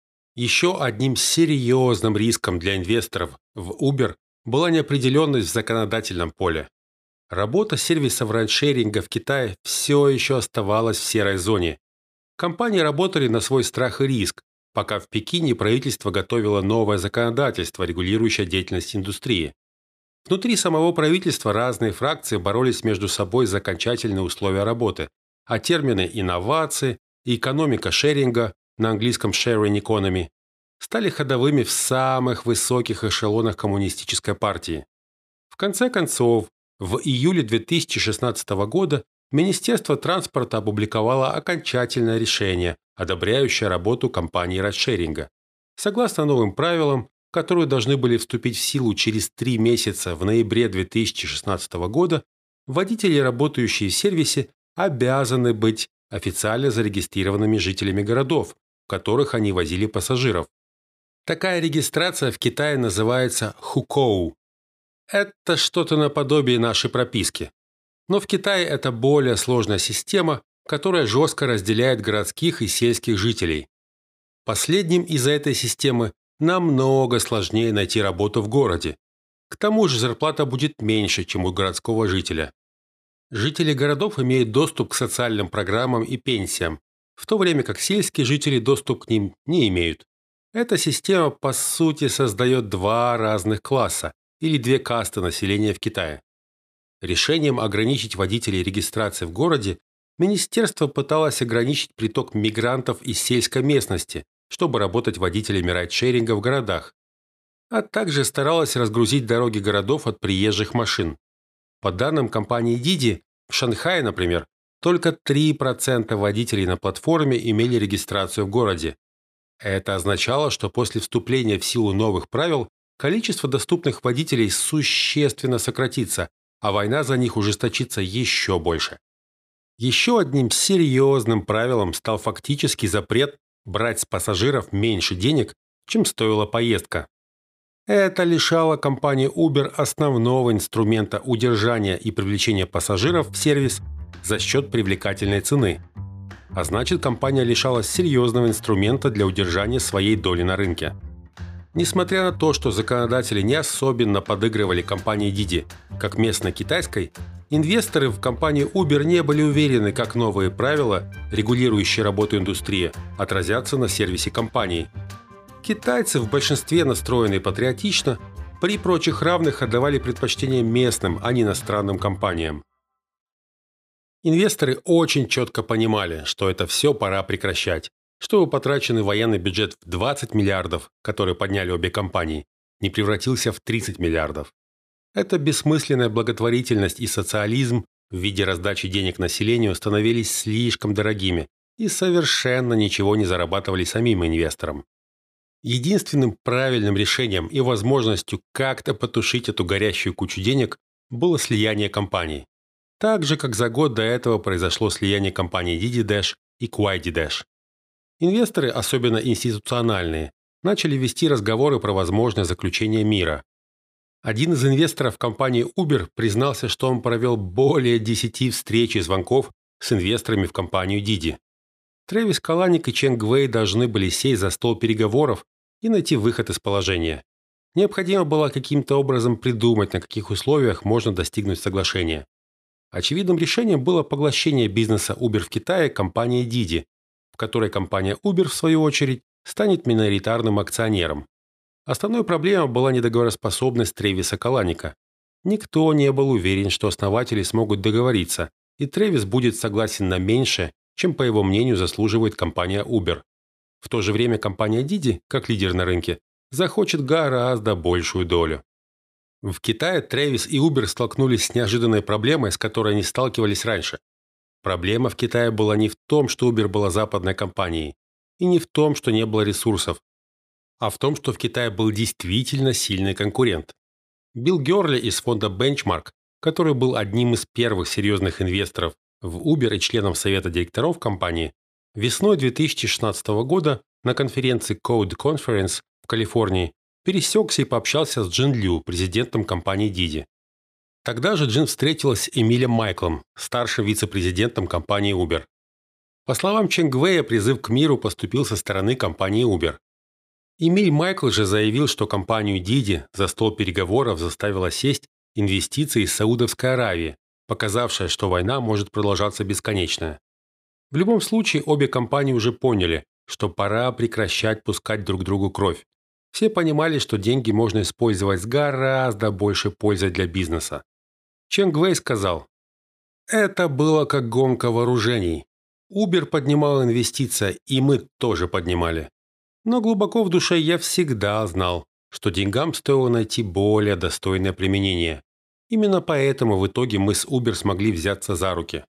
Еще одним серьезным риском для инвесторов в Uber была неопределенность в законодательном поле. Работа сервисов райдшеринга в Китае все еще оставалась в серой зоне. Компании работали на свой страх и риск, пока в Пекине правительство готовило новое законодательство, регулирующее деятельность индустрии. Внутри самого правительства разные фракции боролись между собой за окончательные условия работы, а термины «инновации» и «экономика шеринга» на английском «sharing economy» стали ходовыми в самых высоких эшелонах коммунистической партии. В конце концов, в июле 2016 года Министерство транспорта опубликовало окончательное решение, одобряющее работу компании райдшеринга. Согласно новым правилам, которые должны были вступить в силу через 3 месяца в ноябре 2016 года, водители, работающие в сервисе, обязаны быть официально зарегистрированными жителями городов, в которых они возили пассажиров. Такая регистрация в Китае называется хукоу. Это что-то наподобие нашей прописки. Но в Китае это более сложная система, которая жестко разделяет городских и сельских жителей. Последним из-за этой системы намного сложнее найти работу в городе. К тому же зарплата будет меньше, чем у городского жителя. Жители городов имеют доступ к социальным программам и пенсиям, в то время как сельские жители доступ к ним не имеют. Эта система, по сути, создает два разных класса или две касты населения в Китае. Решением ограничить водителей регистрации в городе министерство пыталось ограничить приток мигрантов из сельской местности, чтобы работать водителями райдшеринга в городах, а также старалось разгрузить дороги городов от приезжих машин. По данным компании Didi, в Шанхае, например, только 3% водителей на платформе имели регистрацию в городе. Это означало, что после вступления в силу новых правил количество доступных водителей существенно сократится, а война за них ужесточится еще больше. Еще одним серьезным правилом стал фактический запрет брать с пассажиров меньше денег, чем стоила поездка. Это лишало компанию Uber основного инструмента удержания и привлечения пассажиров в сервис за счет привлекательной цены. А значит, компания лишалась серьезного инструмента для удержания своей доли на рынке. Несмотря на то, что законодатели не особенно подыгрывали компании Didi, как местной китайской, инвесторы в компанию Uber не были уверены, как новые правила, регулирующие работу индустрии, отразятся на сервисе компании. Китайцы, в большинстве настроенные патриотично, при прочих равных отдавали предпочтение местным, а не иностранным компаниям. Инвесторы очень четко понимали, что это все пора прекращать, чтобы потраченный военный бюджет в 20 миллиардов, который подняли обе компании, не превратился в 30 миллиардов. Эта бессмысленная благотворительность и социализм в виде раздачи денег населению становились слишком дорогими и совершенно ничего не зарабатывали самим инвесторам. Единственным правильным решением и возможностью как-то потушить эту горящую кучу денег было слияние компаний. Так же, как за год до этого произошло слияние компаний Didi Dash и Kuaidi Dash. Инвесторы, особенно институциональные, начали вести разговоры про возможное заключение мира. Один из инвесторов компании Uber признался, что он провел более 10 встреч и звонков с инвесторами в компанию Didi. Трэвис Каланик и Чен Гвей должны были сесть за стол переговоров и найти выход из положения. Необходимо было каким-то образом придумать, на каких условиях можно достигнуть соглашения. Очевидным решением было поглощение бизнеса Uber в Китае компанией Didi, в которой компания Uber, в свою очередь, станет миноритарным акционером. Основной проблемой была недоговороспособность Трэвиса Каланика. Никто не был уверен, что основатели смогут договориться, и Трэвис будет согласен на меньшее, чем, по его мнению, заслуживает компания Uber. В то же время компания Didi, как лидер на рынке, захочет гораздо большую долю. В Китае Трэвис и Uber столкнулись с неожиданной проблемой, с которой они сталкивались раньше. Проблема в Китае была не в том, что Uber была западной компанией, и не в том, что не было ресурсов, а в том, что в Китае был действительно сильный конкурент. Билл Герли из фонда Benchmark, который был одним из первых серьезных инвесторов в Uber и членом совета директоров компании, весной 2016 года на конференции Code Conference в Калифорнии пересекся и пообщался с Джин Лю, президентом компании Didi. Тогда же Джин встретилась с Эмилем Майклом, старшим вице-президентом компании Uber. По словам Чен Гвея, призыв к миру поступил со стороны компании Uber. Эмиль Майкл же заявил, что компанию Didi за стол переговоров заставила сесть инвестиции из Саудовской Аравии, показавшая, что война может продолжаться бесконечно. В любом случае, обе компании уже поняли, что пора прекращать пускать друг другу кровь. Все понимали, что деньги можно использовать с гораздо большей пользой для бизнеса. Чен Гвей сказал: «Это было как гонка вооружений. Uber поднимал инвестиции, и мы тоже поднимали. Но глубоко в душе я всегда знал, что деньгам стоило найти более достойное применение. Именно поэтому в итоге мы с Uber смогли взяться за руки».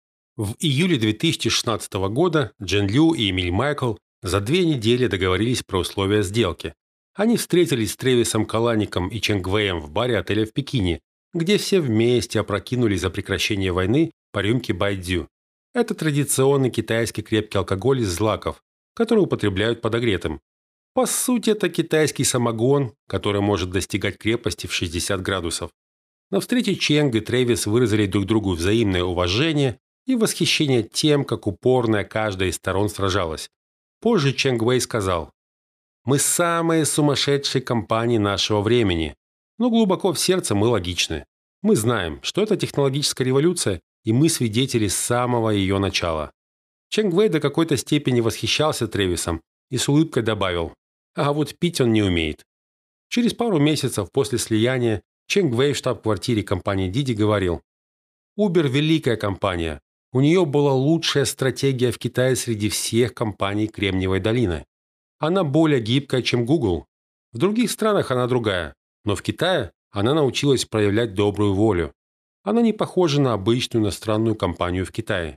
В июле 2016 года Джин Лю и Эмиль Майкл за 2 недели договорились про условия сделки. Они встретились с Трэвисом Калаником и Чен Гвеем в баре отеля в Пекине, где все вместе опрокинули за прекращение войны по рюмке байдзю. Это традиционный китайский крепкий алкоголь из злаков, который употребляют подогретым. По сути, это китайский самогон, который может достигать крепости в 60 градусов. На встрече Ченг и Трэвис выразили друг другу взаимное уважение и восхищение тем, как упорно каждая из сторон сражалась. Позже Чен Гвей сказал: «Мы самые сумасшедшие компании нашего времени, но глубоко в сердце мы логичны. Мы знаем, что это технологическая революция, и мы свидетели с самого ее начала». Чен Гвей до какой-то степени восхищался Трэвисом и с улыбкой добавил: «А вот пить он не умеет». Через пару месяцев после слияния Чен Гвей в штаб-квартире компании Didi говорил: «Uber – великая компания. У нее была лучшая стратегия в Китае среди всех компаний Кремниевой долины. Она более гибкая, чем Google. В других странах она другая, но в Китае она научилась проявлять добрую волю. Она не похожа на обычную иностранную компанию в Китае».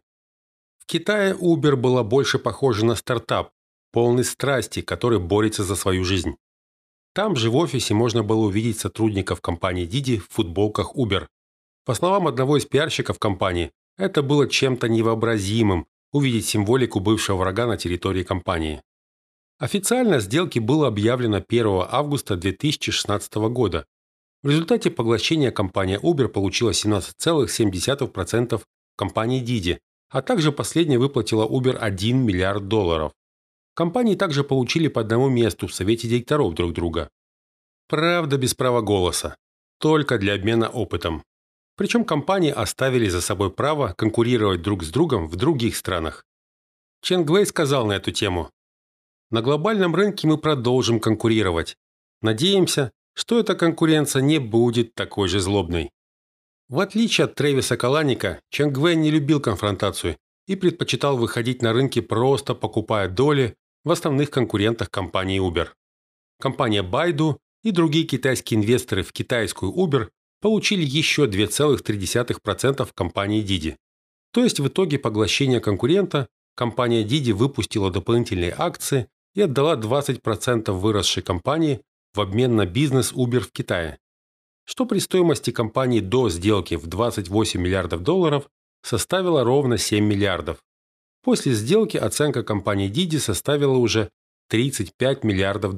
В Китае Uber была больше похожа на стартап, полный страсти, который борется за свою жизнь. Там же в офисе можно было увидеть сотрудников компании Didi в футболках Uber. По словам одного из пиарщиков компании, это было чем-то невообразимым увидеть символику бывшего врага на территории компании. Официально сделки было объявлено 1 августа 2016 года. В результате поглощения компания Uber получила 17,7% компании Didi, а также последняя выплатила Uber $1 миллиард. Компании также получили по одному месту в совете директоров друг друга. Правда, без права голоса, только для обмена опытом. Причем компании оставили за собой право конкурировать друг с другом в других странах. Чен Гвей сказал на эту тему: «На глобальном рынке мы продолжим конкурировать. Надеемся, что эта конкуренция не будет такой же злобной». В отличие от Трэвиса Каланика, Чен Гвей не любил конфронтацию и предпочитал выходить на рынки, просто покупая доли в основных конкурентах компании Uber. Компания Baidu и другие китайские инвесторы в китайскую Uber получили еще 2,3% в компании Didi. То есть в итоге поглощения конкурента компания Didi выпустила дополнительные акции и отдала 20% выросшей компании в обмен на бизнес Uber в Китае, что при стоимости компании до сделки в $28 миллиардов составило ровно 7 миллиардов. После сделки оценка компании Didi составила уже $35 миллиардов.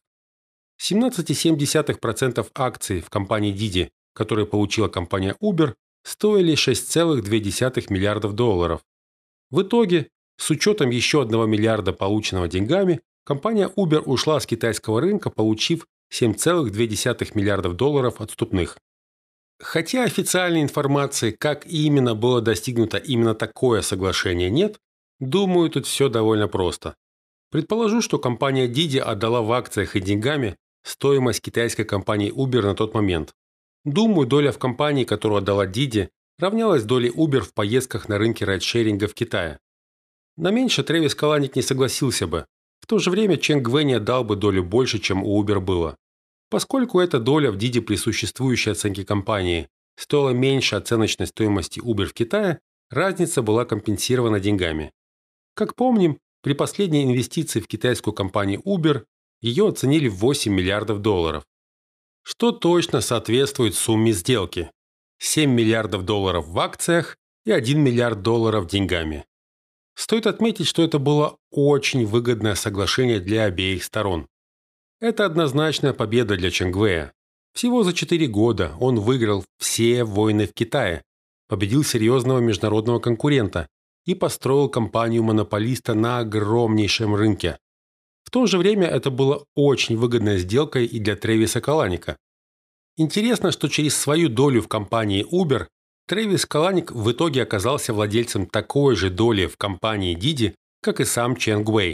17,7% акций в компании Didi, которые получила компания Uber, стоили $6,2 миллиардов. В итоге, с учетом еще $1 миллиарда, полученного деньгами, компания Uber ушла с китайского рынка, получив $7,2 миллиардов отступных. Хотя официальной информации, как именно было достигнуто именно такое соглашение, нет, думаю, тут все довольно просто. Предположу, что компания Didi отдала в акциях и деньгами стоимость китайской компании Uber на тот момент. Думаю, доля в компании, которую отдала Didi, равнялась доле Uber в поездках на рынке райдшеринга в Китае. На меньше Трэвис Каланик не согласился бы. В то же время Чен Гвей не отдал бы долю больше, чем у Uber было. Поскольку эта доля в Didi при существующей оценке компании стоила меньше оценочной стоимости Uber в Китае, разница была компенсирована деньгами. Как помним, при последней инвестиции в китайскую компанию Uber ее оценили в $8 миллиардов, что точно соответствует сумме сделки – $7 миллиардов в акциях и $1 миллиард деньгами. Стоит отметить, что это было очень выгодное соглашение для обеих сторон. Это однозначная победа для Чен Гвея. Всего за 4 года он выиграл все войны в Китае, победил серьезного международного конкурента и построил компанию-монополиста на огромнейшем рынке. В то же время это была очень выгодной сделкой и для Трэвиса Каланика. Интересно, что через свою долю в компании Uber Трэвис Каланик в итоге оказался владельцем такой же доли в компании Didi, как и сам Чен Гвей.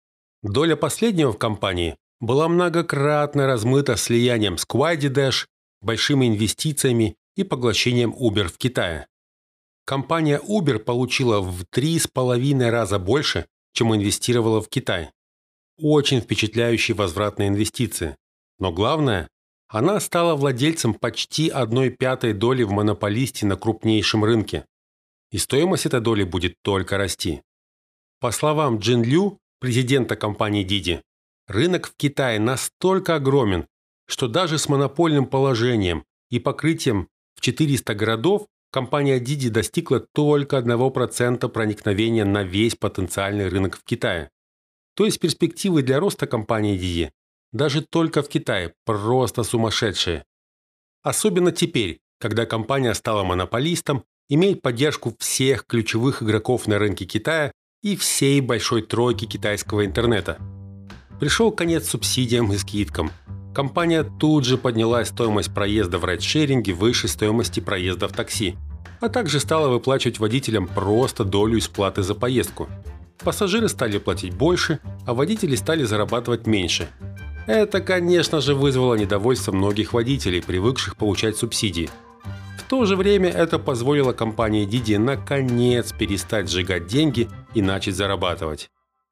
Доля последнего в компании была многократно размыта слиянием с Kuaidi Dash, большими инвестициями и поглощением Uber в Китае. Компания Uber получила в 3,5 раза больше, чем инвестировала в Китай. Очень впечатляющие возвратные инвестиции. Но главное, она стала владельцем почти 1/5 доли в монополисте на крупнейшем рынке. И стоимость этой доли будет только расти. По словам Джин Лю, президента компании Didi, рынок в Китае настолько огромен, что даже с монопольным положением и покрытием в 400 городов компания Didi достигла только 1% проникновения на весь потенциальный рынок в Китае. То есть перспективы для роста компании Didi даже только в Китае просто сумасшедшие. Особенно теперь, когда компания стала монополистом, имеет поддержку всех ключевых игроков на рынке Китая и всей большой тройки китайского интернета. Пришел конец субсидиям и скидкам. Компания тут же подняла стоимость проезда в райдшеринге выше стоимости проезда в такси, а также стала выплачивать водителям просто долю из платы за поездку. Пассажиры стали платить больше, а водители стали зарабатывать меньше. Это, конечно же, вызвало недовольство многих водителей, привыкших получать субсидии. В то же время это позволило компании Didi наконец перестать сжигать деньги и начать зарабатывать.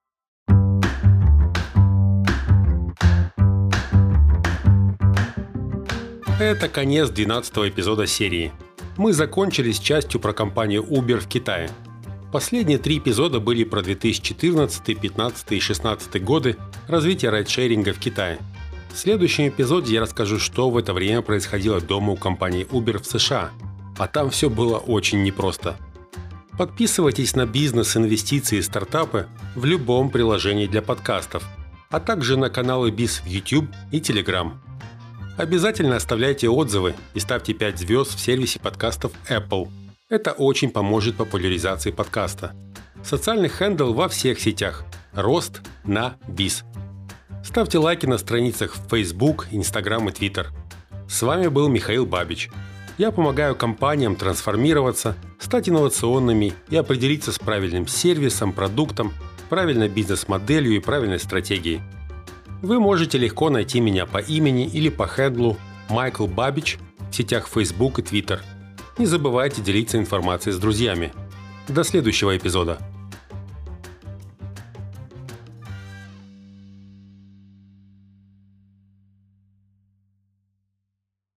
Это конец 12-го эпизода серии. Мы закончили с частью про компанию Uber в Китае. Последние 3 эпизода были про 2014, 2015 и 2016 годы развития райдшеринга в Китае. В следующем эпизоде я расскажу, что в это время происходило дома у компании Uber в США. А там все было очень непросто. Подписывайтесь на бизнес, инвестиции и стартапы в любом приложении для подкастов, а также на каналы Biz в YouTube и Telegram. Обязательно оставляйте отзывы и ставьте 5 звезд в сервисе подкастов Apple. Это очень поможет популяризации подкаста. Социальный хендл во всех сетях. Рост на Biz. Ставьте лайки на страницах в Facebook, Instagram и Twitter. С вами был Михаил Бабич. Я помогаю компаниям трансформироваться, стать инновационными и определиться с правильным сервисом, продуктом, правильной бизнес-моделью и правильной стратегией. Вы можете легко найти меня по имени или по хендлу Майкл Бабич в сетях Facebook и Twitter. Не забывайте делиться информацией с друзьями. До следующего эпизода.